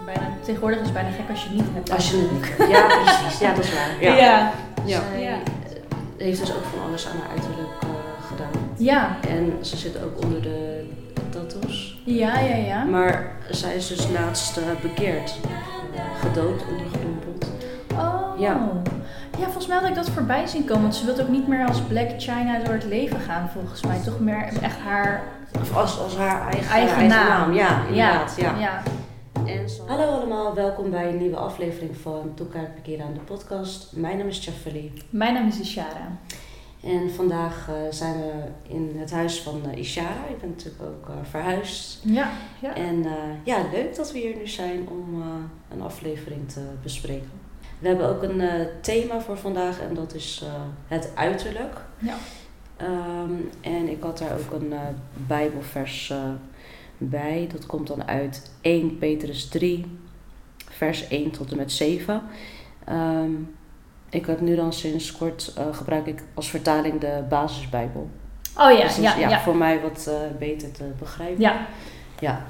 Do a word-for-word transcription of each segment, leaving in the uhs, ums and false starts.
bijna, tegenwoordig is het bijna gek als je het niet hebt. Als je het niet hebt. Ja, precies. Ja, dat is waar. Ja. Ja. Ja. Zij Ja. heeft dus ook van alles aan haar uiterlijk uh, gedaan. Ja. En ze zit ook onder de tattoos. Ja, ja, ja. Maar zij is dus laatst uh, bekeerd. Gedoopt, ondergedompeld. Oh. Ja. Ja, volgens mij had ik dat voorbij zien komen. Want ze wil ook niet meer als Black China door het leven gaan, volgens mij. Toch meer echt haar... Of als, als haar eigen, eigen, eigen naam. naam. Ja, inderdaad. Ja. Ja. Ja. En zo... Hallo allemaal, welkom bij een nieuwe aflevering van Toekijk Bekeren aan de podcast. Mijn naam is Chafeli. Mijn naam is Ishara. En vandaag uh, zijn we in het huis van uh, Ishara. Ik ben natuurlijk ook uh, verhuisd. Ja. ja. En uh, ja, leuk dat we hier nu zijn om uh, een aflevering te bespreken. We hebben ook een uh, thema voor vandaag en dat is uh, het uiterlijk. Ja. Um, en ik had daar ook een uh, bijbelvers uh, bij. Dat komt dan uit eerste Petrus drie, vers één tot en met zeven. Um, ik heb nu dan sinds kort uh, gebruik ik als vertaling de basisbijbel. Oh ja, dus dat is, ja, ja, ja. voor mij wat uh, beter te begrijpen. Ja. Ja.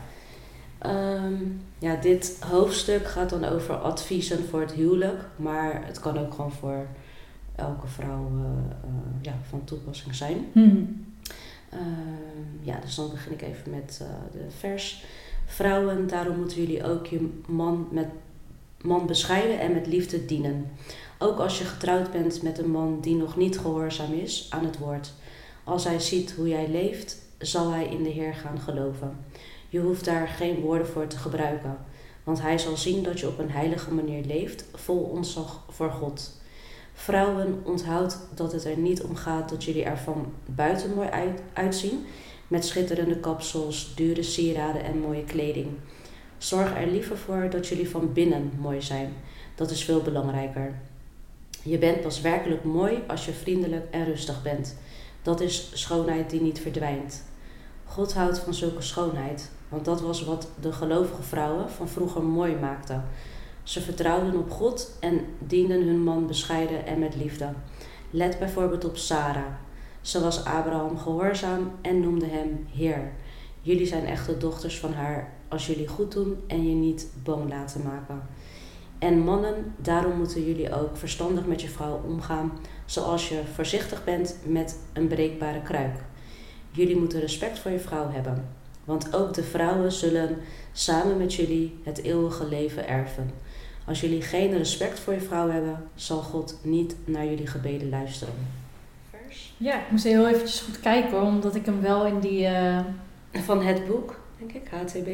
Um, ja, dit hoofdstuk gaat dan over adviezen voor het huwelijk, maar het kan ook gewoon voor elke vrouw uh, uh, ja, van toepassing zijn. Hmm. Uh, ja, dus dan begin ik even met uh, de vers. Vrouwen, daarom moeten jullie ook je man, met, man bescheiden en met liefde dienen. Ook als je getrouwd bent met een man die nog niet gehoorzaam is aan het woord. Als hij ziet hoe jij leeft, zal hij in de Heer gaan geloven. Je hoeft daar geen woorden voor te gebruiken, want hij zal zien dat je op een heilige manier leeft, vol ontzag voor God. Vrouwen, onthoud dat het er niet om gaat dat jullie er van buiten mooi uit, uitzien, met schitterende kapsels, dure sieraden en mooie kleding. Zorg er liever voor dat jullie van binnen mooi zijn. Dat is veel belangrijker. Je bent pas werkelijk mooi als je vriendelijk en rustig bent. Dat is schoonheid die niet verdwijnt. God houdt van zulke schoonheid, want dat was wat de gelovige vrouwen van vroeger mooi maakten. Ze vertrouwden op God en dienden hun man bescheiden en met liefde. Let bijvoorbeeld op Sarah. Ze was Abraham gehoorzaam en noemde hem Heer. Jullie zijn echte dochters van haar als jullie goed doen en je niet bang laten maken. En mannen, daarom moeten jullie ook verstandig met je vrouw omgaan, zoals je voorzichtig bent met een breekbare kruik. Jullie moeten respect voor je vrouw hebben, want ook de vrouwen zullen samen met jullie het eeuwige leven erven. Als jullie geen respect voor je vrouw hebben, zal God niet naar jullie gebeden luisteren. Vers? Ja, ik moest heel eventjes goed kijken hoor, omdat ik hem wel in die... Uh... Van het boek, denk ik, H T B.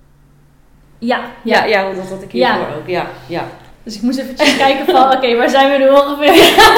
Ja, ja, ja, want dat had ik hiervoor ja. ook. Ja, ja. Dus ik moest eventjes kijken van, oké, okay, waar zijn we nu ongeveer?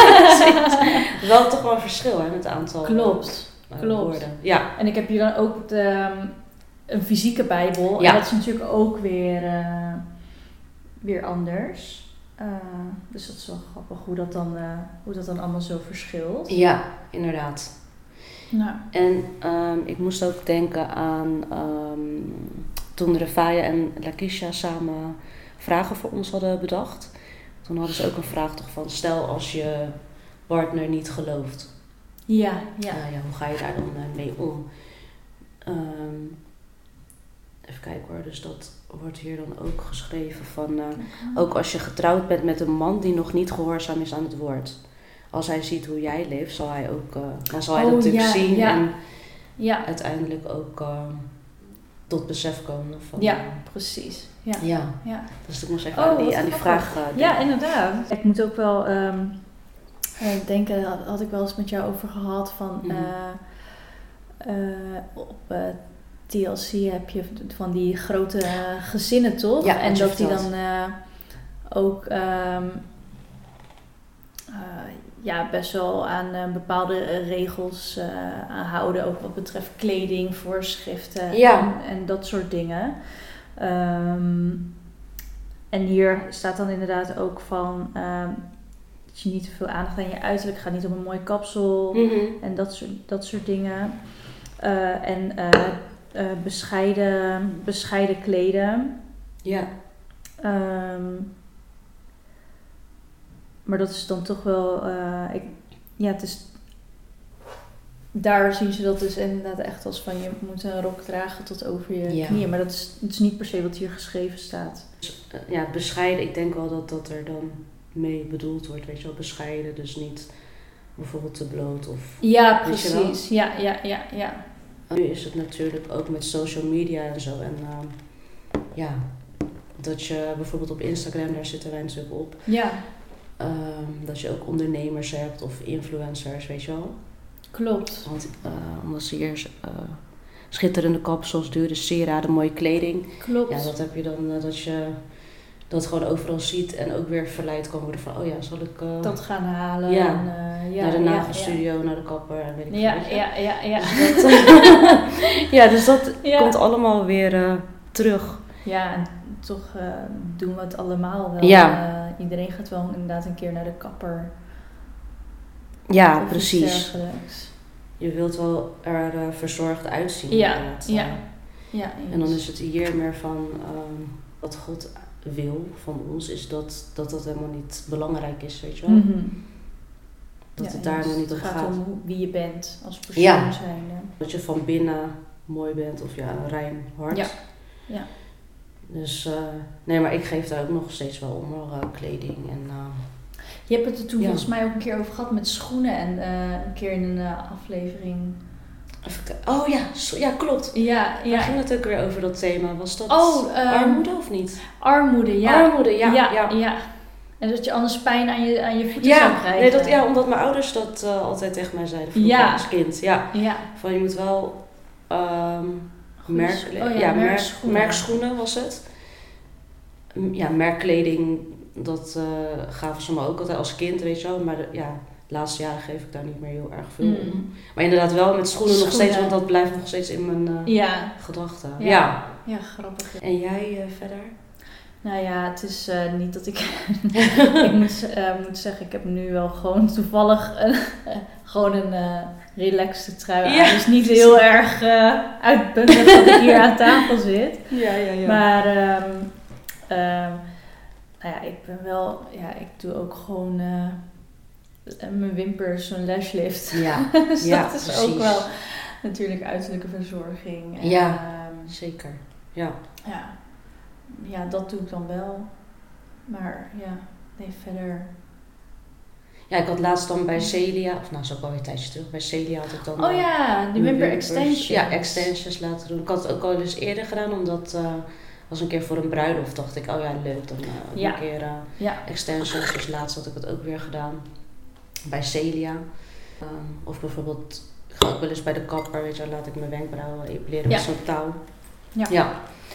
Wel toch wel een verschil hè, met het aantal Klopt, uh, klopt. woorden. Ja. En ik heb hier dan ook de, een fysieke bijbel. Ja. En dat is natuurlijk ook weer, uh, weer anders. Uh, dus dat is wel grappig hoe dat dan, uh, hoe dat dan allemaal zo verschilt. Ja, inderdaad. Nou. En um, ik moest ook denken aan um, toen Refaya en Lakisha samen vragen voor ons hadden bedacht. Toen hadden ze ook een vraag toch van, stel als je partner niet gelooft. Ja, ja. Uh, ja hoe ga je daar dan uh, mee om? Um, even kijken hoor, dus dat wordt hier dan ook geschreven van, uh, ook als je getrouwd bent met een man die nog niet gehoorzaam is aan het woord. Als hij ziet hoe jij leeft, zal hij ook, uh, dan zal hij oh, dat natuurlijk ja, zien ja. en ja. uiteindelijk ook uh, tot besef komen. Van, ja, uh, precies. Ja. Ja. ja. Dus ik moest even oh, aan die, aan die vraag uh, ja, inderdaad. Ik moet ook wel um, denken, had, had ik wel eens met jou over gehad van mm. uh, uh, op uh, T L C heb je van die grote uh, gezinnen toch? Ja, en dat die verteld. dan uh, ook um, uh, ja, best wel aan uh, bepaalde uh, regels uh, houden, ook wat betreft kleding, voorschriften ja. en, en dat soort dingen. Um, en hier staat dan inderdaad ook van um, dat je niet te veel aandacht aan je uiterlijk gaat, niet op een mooi kapsel mm-hmm. en dat soort, dat soort dingen. Uh, en uh, uh, bescheiden, bescheiden kleden. Ja. Um, maar dat is dan toch wel, uh, ik, ja, het is, daar zien ze dat dus inderdaad echt als van je moet een rok dragen tot over je ja. knieën. Maar dat is, dat is niet per se wat hier geschreven staat. uh, ja, bescheiden, ik denk wel dat dat er dan mee bedoeld wordt, weet je wel, bescheiden, dus niet bijvoorbeeld te bloot of... Ja, precies. Ja, ja, ja, ja. Nu is het natuurlijk ook met social media en zo en uh, ja, dat je bijvoorbeeld op Instagram, daar zitten wij natuurlijk op. Ja. Um, dat je ook ondernemers hebt of influencers, weet je wel. Klopt. Want uh, omdat ze hier uh, schitterende kapsels, dure sieraden, mooie kleding. Klopt. Ja, dat heb je dan uh, dat je dat gewoon overal ziet en ook weer verleid kan worden van, oh ja, zal ik... Uh, dat gaan halen. Ja, en, uh, ja naar de ja, nagelstudio, ja. naar de kapper en weet ik ja, veel. Ja, ja, ja. Dus dat, ja, dus dat ja. komt allemaal weer uh, terug. Ja, en toch uh, doen we het allemaal wel. Ja. Uh, iedereen gaat wel inderdaad een keer naar de kapper. Ja, of precies. Je wilt wel er uh, verzorgd uitzien. Ja, inderdaad. ja. ja en dan is het hier meer van um, wat God wil van ons, is dat dat, dat helemaal niet belangrijk is, weet je wel. Mm-hmm. Dat ja, het daar helemaal niet om gaat. Het gaat om wie je bent als persoon ja. zijnde. Dat je van binnen mooi bent of ja, een rein hart. Ja. ja. Dus uh, nee, maar ik geef daar ook nog steeds wel om uh, kleding en... Uh, je hebt het er toen ja. volgens mij ook een keer over gehad met schoenen en uh, een keer in een uh, aflevering. Oh ja, ja klopt. Ja, ja. Waar ging het ook weer over dat thema? Was dat oh, um, armoede of niet? Armoede, ja. Armoede, ja. Ja, ja. ja. En dat je anders pijn aan je, aan je voeten ja, zou krijgen. Nee, dat, ja, omdat mijn ouders dat uh, altijd tegen mij zeiden vroeger ja. als kind. Ja. ja. Van je moet wel um, merk, oh, ja, ja, merkschoenen. merkschoenen was het. Ja, merkkleding, dat uh, gaven ze me ook altijd als kind, weet je wel. Maar de, ja, de laatste jaren geef ik daar niet meer heel erg veel mm. om. Maar inderdaad wel met schoenen, schoenen nog steeds, want dat blijft nog steeds in mijn uh, ja. gedachten. Ja. Ja. ja, grappig. En jij uh, verder? Nou ja, het is uh, niet dat ik... ik moet, uh, moet zeggen, ik heb nu wel gewoon toevallig uh, gewoon een uh, relaxte trui ja. aan. Dus niet heel erg uh, uitbundig dat ik hier aan tafel zit. Ja, ja, ja. Maar... Um, Um, nou ja, ik ben wel, ja, ik doe ook gewoon uh, mijn wimpers, zo'n lashlift. Ja, dus ja, dat is precies. ook wel natuurlijk uiterlijke verzorging. En, ja, um, zeker. Ja. ja. Ja, dat doe ik dan wel. Maar ja, nee, verder. Ja, ik had laatst dan bij Celia, of nou, zo ook alweer een tijdje terug, bij Celia had ik dan... Oh ja, die wimper extensions. Ja, extensions laten doen. Ik had het ook al eens eerder gedaan, omdat... Uh, was een keer voor een bruiloft, dacht ik, oh ja, leuk, dan uh, ja. een keer uh, ja. extensions. Dus laatst had ik het ook weer gedaan bij Celia. Um, of bijvoorbeeld, ik ga ook wel eens bij de kapper, weet je, laat ik mijn wenkbrauwen epileren ja. met zo'n touw. Ja, ja.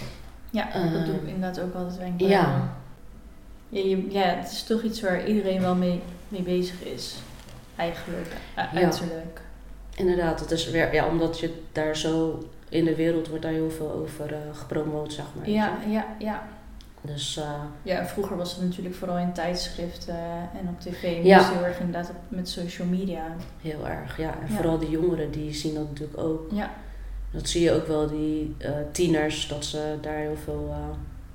ja uh, dat doe ik inderdaad ook altijd wenkbrauwen. Ja. Ja, je, ja, het is toch iets waar iedereen wel mee, mee bezig is, eigenlijk, uh, uiterlijk. Ja. Inderdaad, het is weer, ja, omdat je daar zo... In de wereld wordt daar heel veel over uh, gepromoot, zeg maar. Ja, ja, ja. Dus, uh, ja, vroeger was het natuurlijk vooral in tijdschriften uh, en op tv. Ja. Dus heel erg inderdaad op, met social media. Heel erg, ja. En ja. vooral de jongeren, die zien dat natuurlijk ook. Ja. Dat zie je ook wel, die uh, tieners, dat ze daar heel veel uh,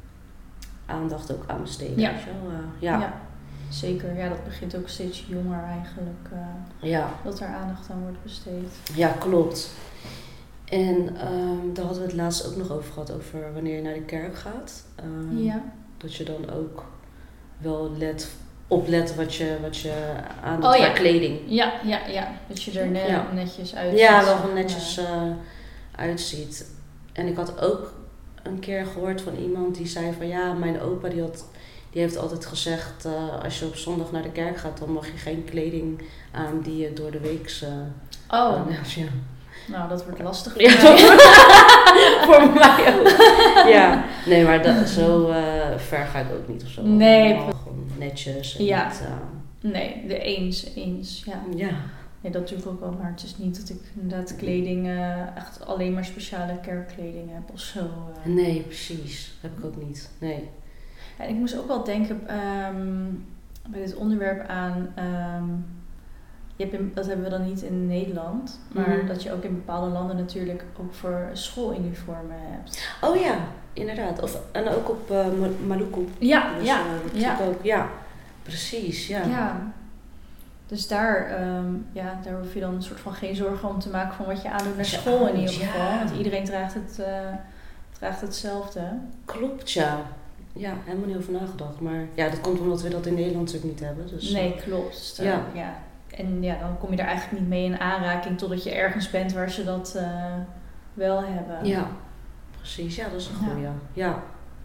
aandacht ook aan besteden. Ja. Weet je wel? Uh, ja. ja, zeker. Ja, dat begint ook steeds jonger eigenlijk. Uh, ja. Dat er aandacht aan wordt besteed. Ja, klopt. En um, daar hadden we het laatst ook nog over gehad, over wanneer je naar de kerk gaat. Um, ja. Dat je dan ook wel let, oplet wat je, wat je aan doet oh, qua ja. kleding. Ja, ja, ja. Dat je er net, ja. netjes uitziet. Ja, wel netjes ja. uh, uitziet. En ik had ook een keer gehoord van iemand die zei van ja, mijn opa die, had, die heeft altijd gezegd, uh, als je op zondag naar de kerk gaat, dan mag je geen kleding aan die je door de week uh, oh. aan hebt. Ja. Nou, dat wordt lastig voor ja, mij. voor mij ook. Ja, nee, maar dat, zo uh, ver ga ik ook niet of zo. Nee. Gewoon netjes. En ja. niet, uh... Nee, de eens, eens, ja. Ja. Nee, dat doe ik ook wel, maar het is niet dat ik inderdaad kleding, uh, echt alleen maar speciale kerkkleding heb of zo. Uh. Nee, precies. Dat heb ik ook niet. Nee. Ja, ik moest ook wel denken um, bij dit onderwerp aan... Um, Je hebt in, dat hebben we dan niet in Nederland, maar mm-hmm. dat je ook in bepaalde landen natuurlijk ook voor schooluniformen hebt. Oh ja, inderdaad. Of, en ook op uh, Maluku. Ja, dus, ja, uh, ja. Ook, ja. Precies, ja. ja. Dus daar, um, ja, daar hoef je dan een soort van geen zorgen om te maken van wat je aandoet naar school in ieder geval. Ja. Want iedereen draagt, het, uh, draagt hetzelfde. Klopt, ja. ja, helemaal niet over nagedacht. Maar ja, dat komt omdat we dat in Nederland natuurlijk niet hebben. Dus, Nee, klopt. Dus, uh, ja. ja. En ja, dan kom je er eigenlijk niet mee in aanraking totdat je ergens bent waar ze dat uh, wel hebben. Ja, precies. Ja, dat is een goeie. Ja. ja.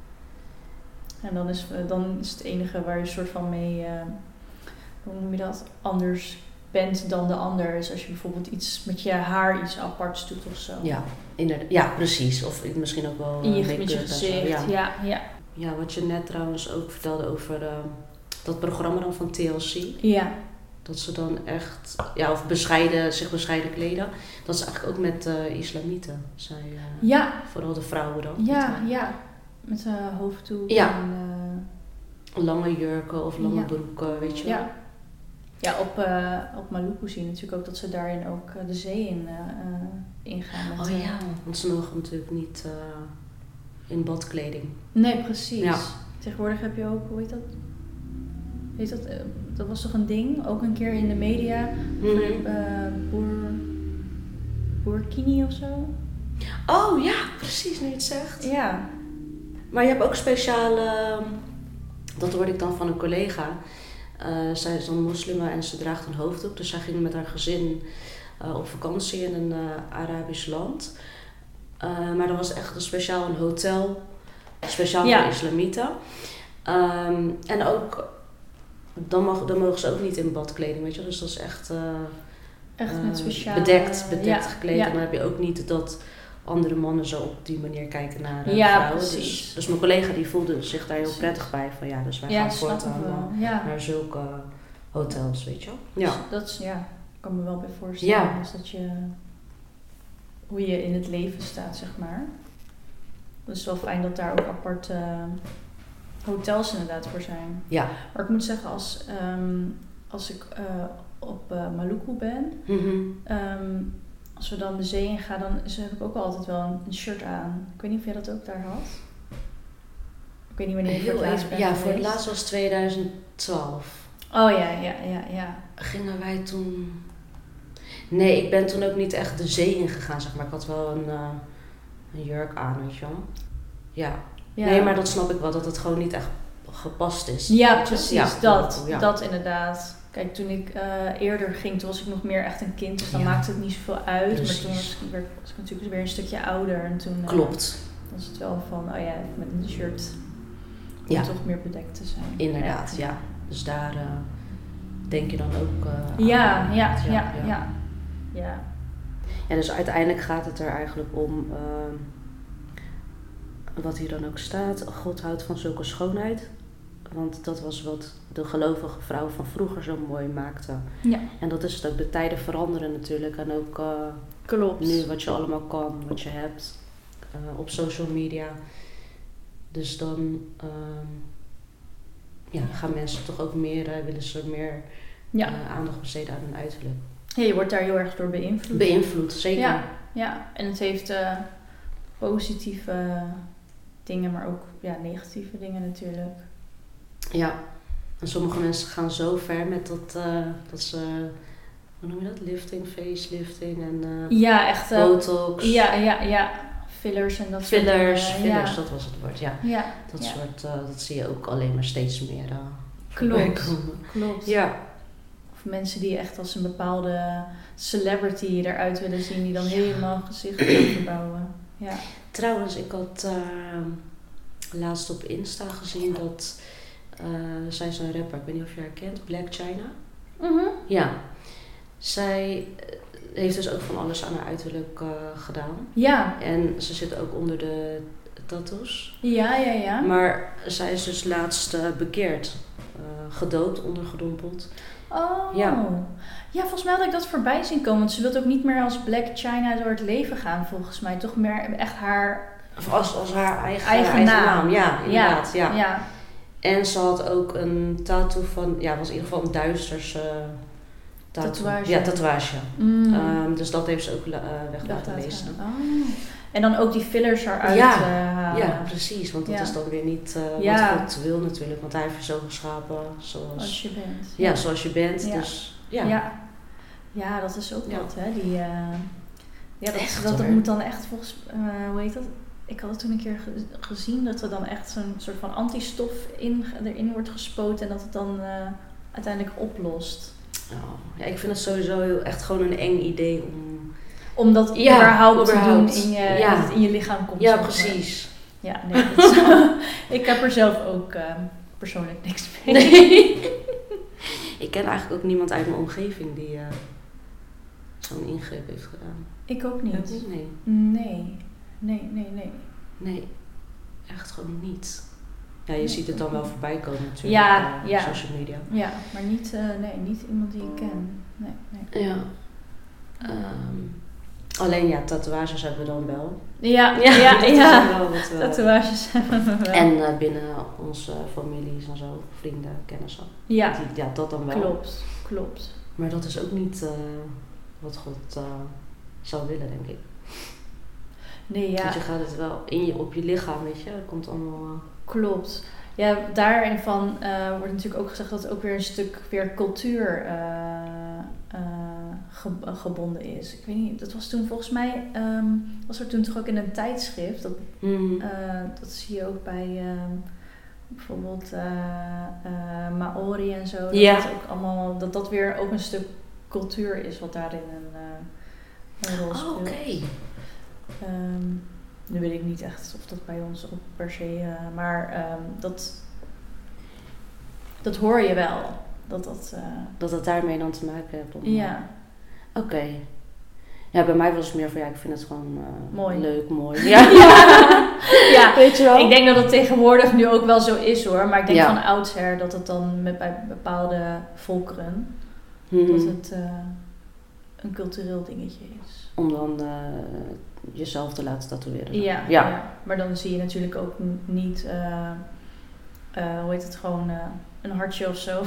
En dan is, dan is het enige waar je soort van mee, uh, hoe noem je dat, anders bent dan de ander. Dus als je bijvoorbeeld iets met je haar iets aparts doet of zo. Ja, inderdaad. Ja, precies. Of misschien ook wel in je, make-up met je gezicht. Ja. Ja, ja. ja, wat je net trouwens ook vertelde over uh, dat programma dan van T L C. Ja. Dat ze dan echt, ja, of bescheiden, zich bescheiden kleden. Dat is eigenlijk ook met uh, islamieten. Zij, uh, ja. Vooral de vrouwen dan. Ja, met, uh, ja. Met een uh, hoofddoek. Ja. En, uh, lange jurken of lange ja. broeken, weet je wel. Ja. Ja, op, uh, op Maluku zie je natuurlijk ook dat ze daarin ook uh, de zee in uh, ingaan. Met, oh ja, want ze mogen natuurlijk niet uh, in badkleding. Nee, precies. Ja. Tegenwoordig heb je ook, hoe heet dat? Heet dat, uh, dat was toch een ding, ook een keer in de media, mm-hmm. uh, boer, burkini of zo? Oh ja, precies, nu je het zegt. Ja. Maar je hebt ook speciale, dat hoorde ik dan van een collega. Uh, zij is dan moslima en ze draagt een hoofddoek. Dus zij ging met haar gezin uh, op vakantie in een uh, Arabisch land. Uh, maar er was echt een speciaal een hotel, speciaal ja. voor islamieten. Um, en ook, dan, mag, dan mogen ze ook niet in badkleding, weet je. Dus dat is echt, uh, echt uh, met speciaal, bedekt, bedekt ja, gekleed. ja. En dan heb je ook niet dat andere mannen zo op die manier kijken naar uh, ja, vrouwen. Precies. Dus, dus mijn collega die voelde zich daar heel precies. prettig bij. Van ja, dus wij ja, gaan voortaan ja. naar zulke hotels, weet je wel. Ja. Dus dat is, ja, ik kan me wel bij voorstellen. Ja. Dus dat je, hoe je in het leven staat, zeg maar. Het is wel fijn dat daar ook aparte uh, hotels inderdaad voor zijn. Ja. Maar ik moet zeggen, als, um, als ik uh, op uh, Maluku ben, mm-hmm. um, als we dan de zee in gaan, dan is, heb ik ook altijd wel een, een shirt aan. Ik weet niet of jij dat ook daar had. Ik weet niet wanneer je voor het laatst bent Ja, geweest. voor het laatst was twintig twaalf. Oh ja, ja, ja, ja. Gingen wij toen... Nee, ik ben toen ook niet echt de zee ingegaan, zeg maar. Ik had wel een, uh, een jurk aan, weet je wel. Ja. ja. Nee, maar dat snap ik wel, dat het gewoon niet echt gepast is. Ja, precies. Ja, dat, ja. dat inderdaad. Kijk, toen ik uh, eerder ging, toen was ik nog meer echt een kind. Dus dan ja. maakte het niet zoveel uit. Precies. Maar toen was ik, weer, was ik natuurlijk weer een stukje ouder. En toen uh, Klopt. was het wel van, oh ja, met een shirt om ja. toch meer bedekt te zijn. Inderdaad, ja. ja. Dus daar uh, denk je dan ook uh, ja, aan. Ja, ja, ja, ja, ja. Ja, dus uiteindelijk gaat het er eigenlijk om, uh, wat hier dan ook staat, God houdt van zulke schoonheid. Want dat was wat de gelovige vrouw van vroeger zo mooi maakte. Ja. En dat is het ook. De tijden veranderen natuurlijk. En ook uh, Klopt. nu wat je allemaal kan, wat je hebt uh, op social media. Dus dan uh, ja, gaan mensen toch ook meer, uh, willen ze meer ja. uh, aandacht besteden aan hun uiterlijk. Ja, je wordt daar heel erg door beïnvloed. Beïnvloed, zeker. Ja, ja. En het heeft uh, positieve dingen, maar ook ja, negatieve dingen natuurlijk. Ja, en sommige mensen gaan zo ver met dat, uh, dat ze, hoe noem je dat, lifting, facelifting en uh, ja, echt, uh, botox. Ja, ja, ja, fillers en dat fillers, soort dingen. Fillers, ja. dat was het woord, ja. ja dat ja. soort, uh, dat zie je ook alleen maar steeds meer uh, Klopt, klopt. Ja. Of mensen die echt als een bepaalde celebrity eruit willen zien, die dan ja. helemaal gezicht gaan verbouwen. Ja. Trouwens, ik had uh, laatst op Insta gezien dat... Uh, zij is een rapper, ik weet niet of je haar kent, Black China. Mm-hmm. Ja. Zij heeft dus ook van alles aan haar uiterlijk uh, gedaan. Ja. En ze zit ook onder de tattoos. Ja, ja, ja. Maar zij is dus laatst uh, bekeerd. Uh, gedoopt, ondergedompeld. Oh. Ja. Ja, volgens mij had ik dat voorbij zien komen. Want ze wil ook niet meer als Black China door het leven gaan, volgens mij. Toch meer echt haar... Of als, als haar eigen, eigen, eigen naam. naam. Ja, inderdaad. Ja. Ja. ja. En ze had ook een tattoo van, ja, was in ieder geval een duisterse uh, tattoo. Tatoeage. Ja, tatoeage. Mm. Um, dus dat heeft ze ook uh, weg laten lezen. Oh. En dan ook die fillers eruit ja. uh, halen. Ja, precies. Want dat ja. is dan weer niet uh, ja. wat God wil natuurlijk. Want hij heeft je zo geschapen zoals als je bent. Ja, ja zoals je bent. Ja. Dus, ja. Ja. ja, dat is ook ja. wat, hè. Die, uh, ja, dat, echt, dat, dat moet dan echt volgens, uh, hoe heet dat? ik had het toen een keer ge- gezien dat er dan echt zo'n soort van antistof in, erin wordt gespoten en dat het dan uh, uiteindelijk oplost. Oh, ja, ik vind het sowieso echt gewoon een eng idee om... Om dat ja, überhaupt, überhaupt te doen in je, ja. dat het in je lichaam komt. Ja, precies. Ja, nee, dat is, ik heb er zelf ook uh, persoonlijk niks mee. Nee. Ik ken eigenlijk ook niemand uit mijn omgeving die uh, zo'n ingreep heeft gedaan. Ik ook niet. Ja, nee. Nee, nee, nee, nee. Nee, echt gewoon niet. Ja, je nee, ziet het dan wel voorbij komen natuurlijk ja, op uh, ja. social media. Ja, maar niet, uh, nee, niet iemand die ik ken. Nee, nee. Ja. Um, alleen ja, tatoeages hebben we dan wel. Ja, ja, ja. dat ja. is wel wat we... Tatoeages hebben we wel. En uh, binnen onze families en zo, vrienden, kennissen. Ja. Die, ja, dat dan wel. Klopt, klopt. Maar dat is ook niet uh, wat God uh, zou willen, denk ik. Nee, ja. Want je gaat het wel in je, op je lichaam, weet je, dat komt allemaal... Uh... Klopt. Ja, daarin van uh, wordt natuurlijk ook gezegd dat het ook weer een stuk weer cultuur uh, uh, ge- gebonden is. Ik weet niet, dat was toen volgens mij, um, was er toen toch ook in een tijdschrift, dat, mm. uh, dat zie je ook bij uh, bijvoorbeeld uh, uh, Maori en zo, dat, ja. dat ook allemaal, dat dat weer ook een stuk cultuur is wat daarin een, uh, een rol speelt. Oh, oké. Okay. Um, Nu weet ik niet echt of dat bij ons ook per se, uh, maar um, dat, dat hoor je wel. Dat dat, uh, dat het daarmee dan te maken heeft. Om, ja. Oké. Okay. Ja, bij mij was het meer van ja, ik vind het gewoon uh, mooi. leuk, mooi. Ja. ja. ja, weet je wel. Ik denk dat het tegenwoordig nu ook wel zo is hoor, maar ik denk ja. van oudsher dat het dan met bij bepaalde volkeren, hmm. dat het uh, een cultureel dingetje is. Om dan uh, jezelf te laten tatoeëren. Ja, ja. ja, maar dan zie je natuurlijk ook n- niet, uh, uh, hoe heet het, gewoon uh, een hartje of zo.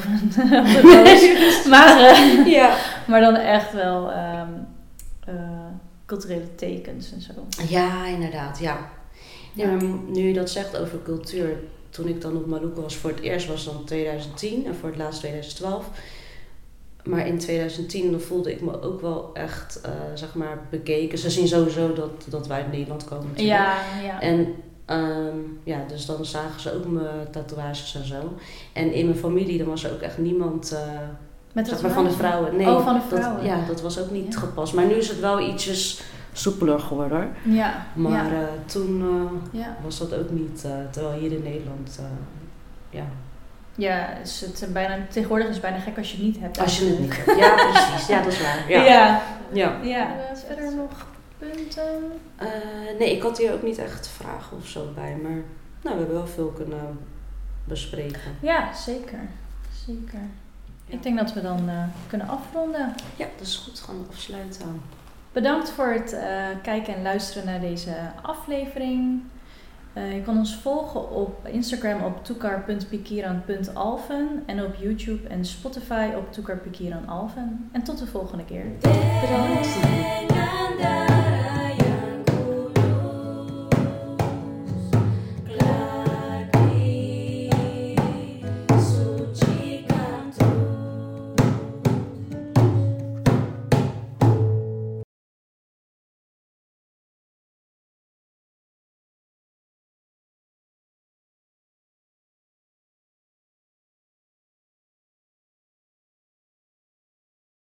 maar, uh, ja. maar dan echt wel um, uh, culturele tekens en zo. Ja, inderdaad, ja. ja. Maar nu je dat zegt over cultuur, toen ik dan op Maluku was voor het eerst was dan twintig tien en voor het laatst twintig twaalf. Maar in twintig tien dan voelde ik me ook wel echt, uh, zeg maar, bekeken. Ze zien sowieso dat, dat wij uit Nederland komen natuurlijk. Ja, ja. En um, ja, dus dan zagen ze ook mijn tatoeages en zo. En in mijn familie, dan was er ook echt niemand, uh, Met zeg maar, van de vrouwen. Nee, oh, van de vrouwen. Dat, ja, dat was ook niet ja. gepast. Maar nu is het wel ietsjes soepeler geworden hoor. Ja. Maar ja. Uh, toen uh, ja. was dat ook niet, uh, terwijl hier in Nederland, uh, ja... Ja, is het bijna, tegenwoordig is het bijna gek als je het niet hebt. Als je het niet hebt. Ja, precies. Ja, dat is waar. Ja. ja. ja. ja. Uh, verder nog punten? Uh, nee, ik had hier ook niet echt vragen of zo bij. Maar nou, we hebben wel veel kunnen bespreken. Ja, zeker. Zeker. Ja. Ik denk dat we dan uh, kunnen afronden. Ja, dat is goed. Gaan we afsluiten. Bedankt voor het uh, kijken en luisteren naar deze aflevering. Uh, je kan ons volgen op Instagram op toekar punt pikiran punt alphen en op YouTube en Spotify op toekar pikiran alphen. En tot de volgende keer. Bedankt.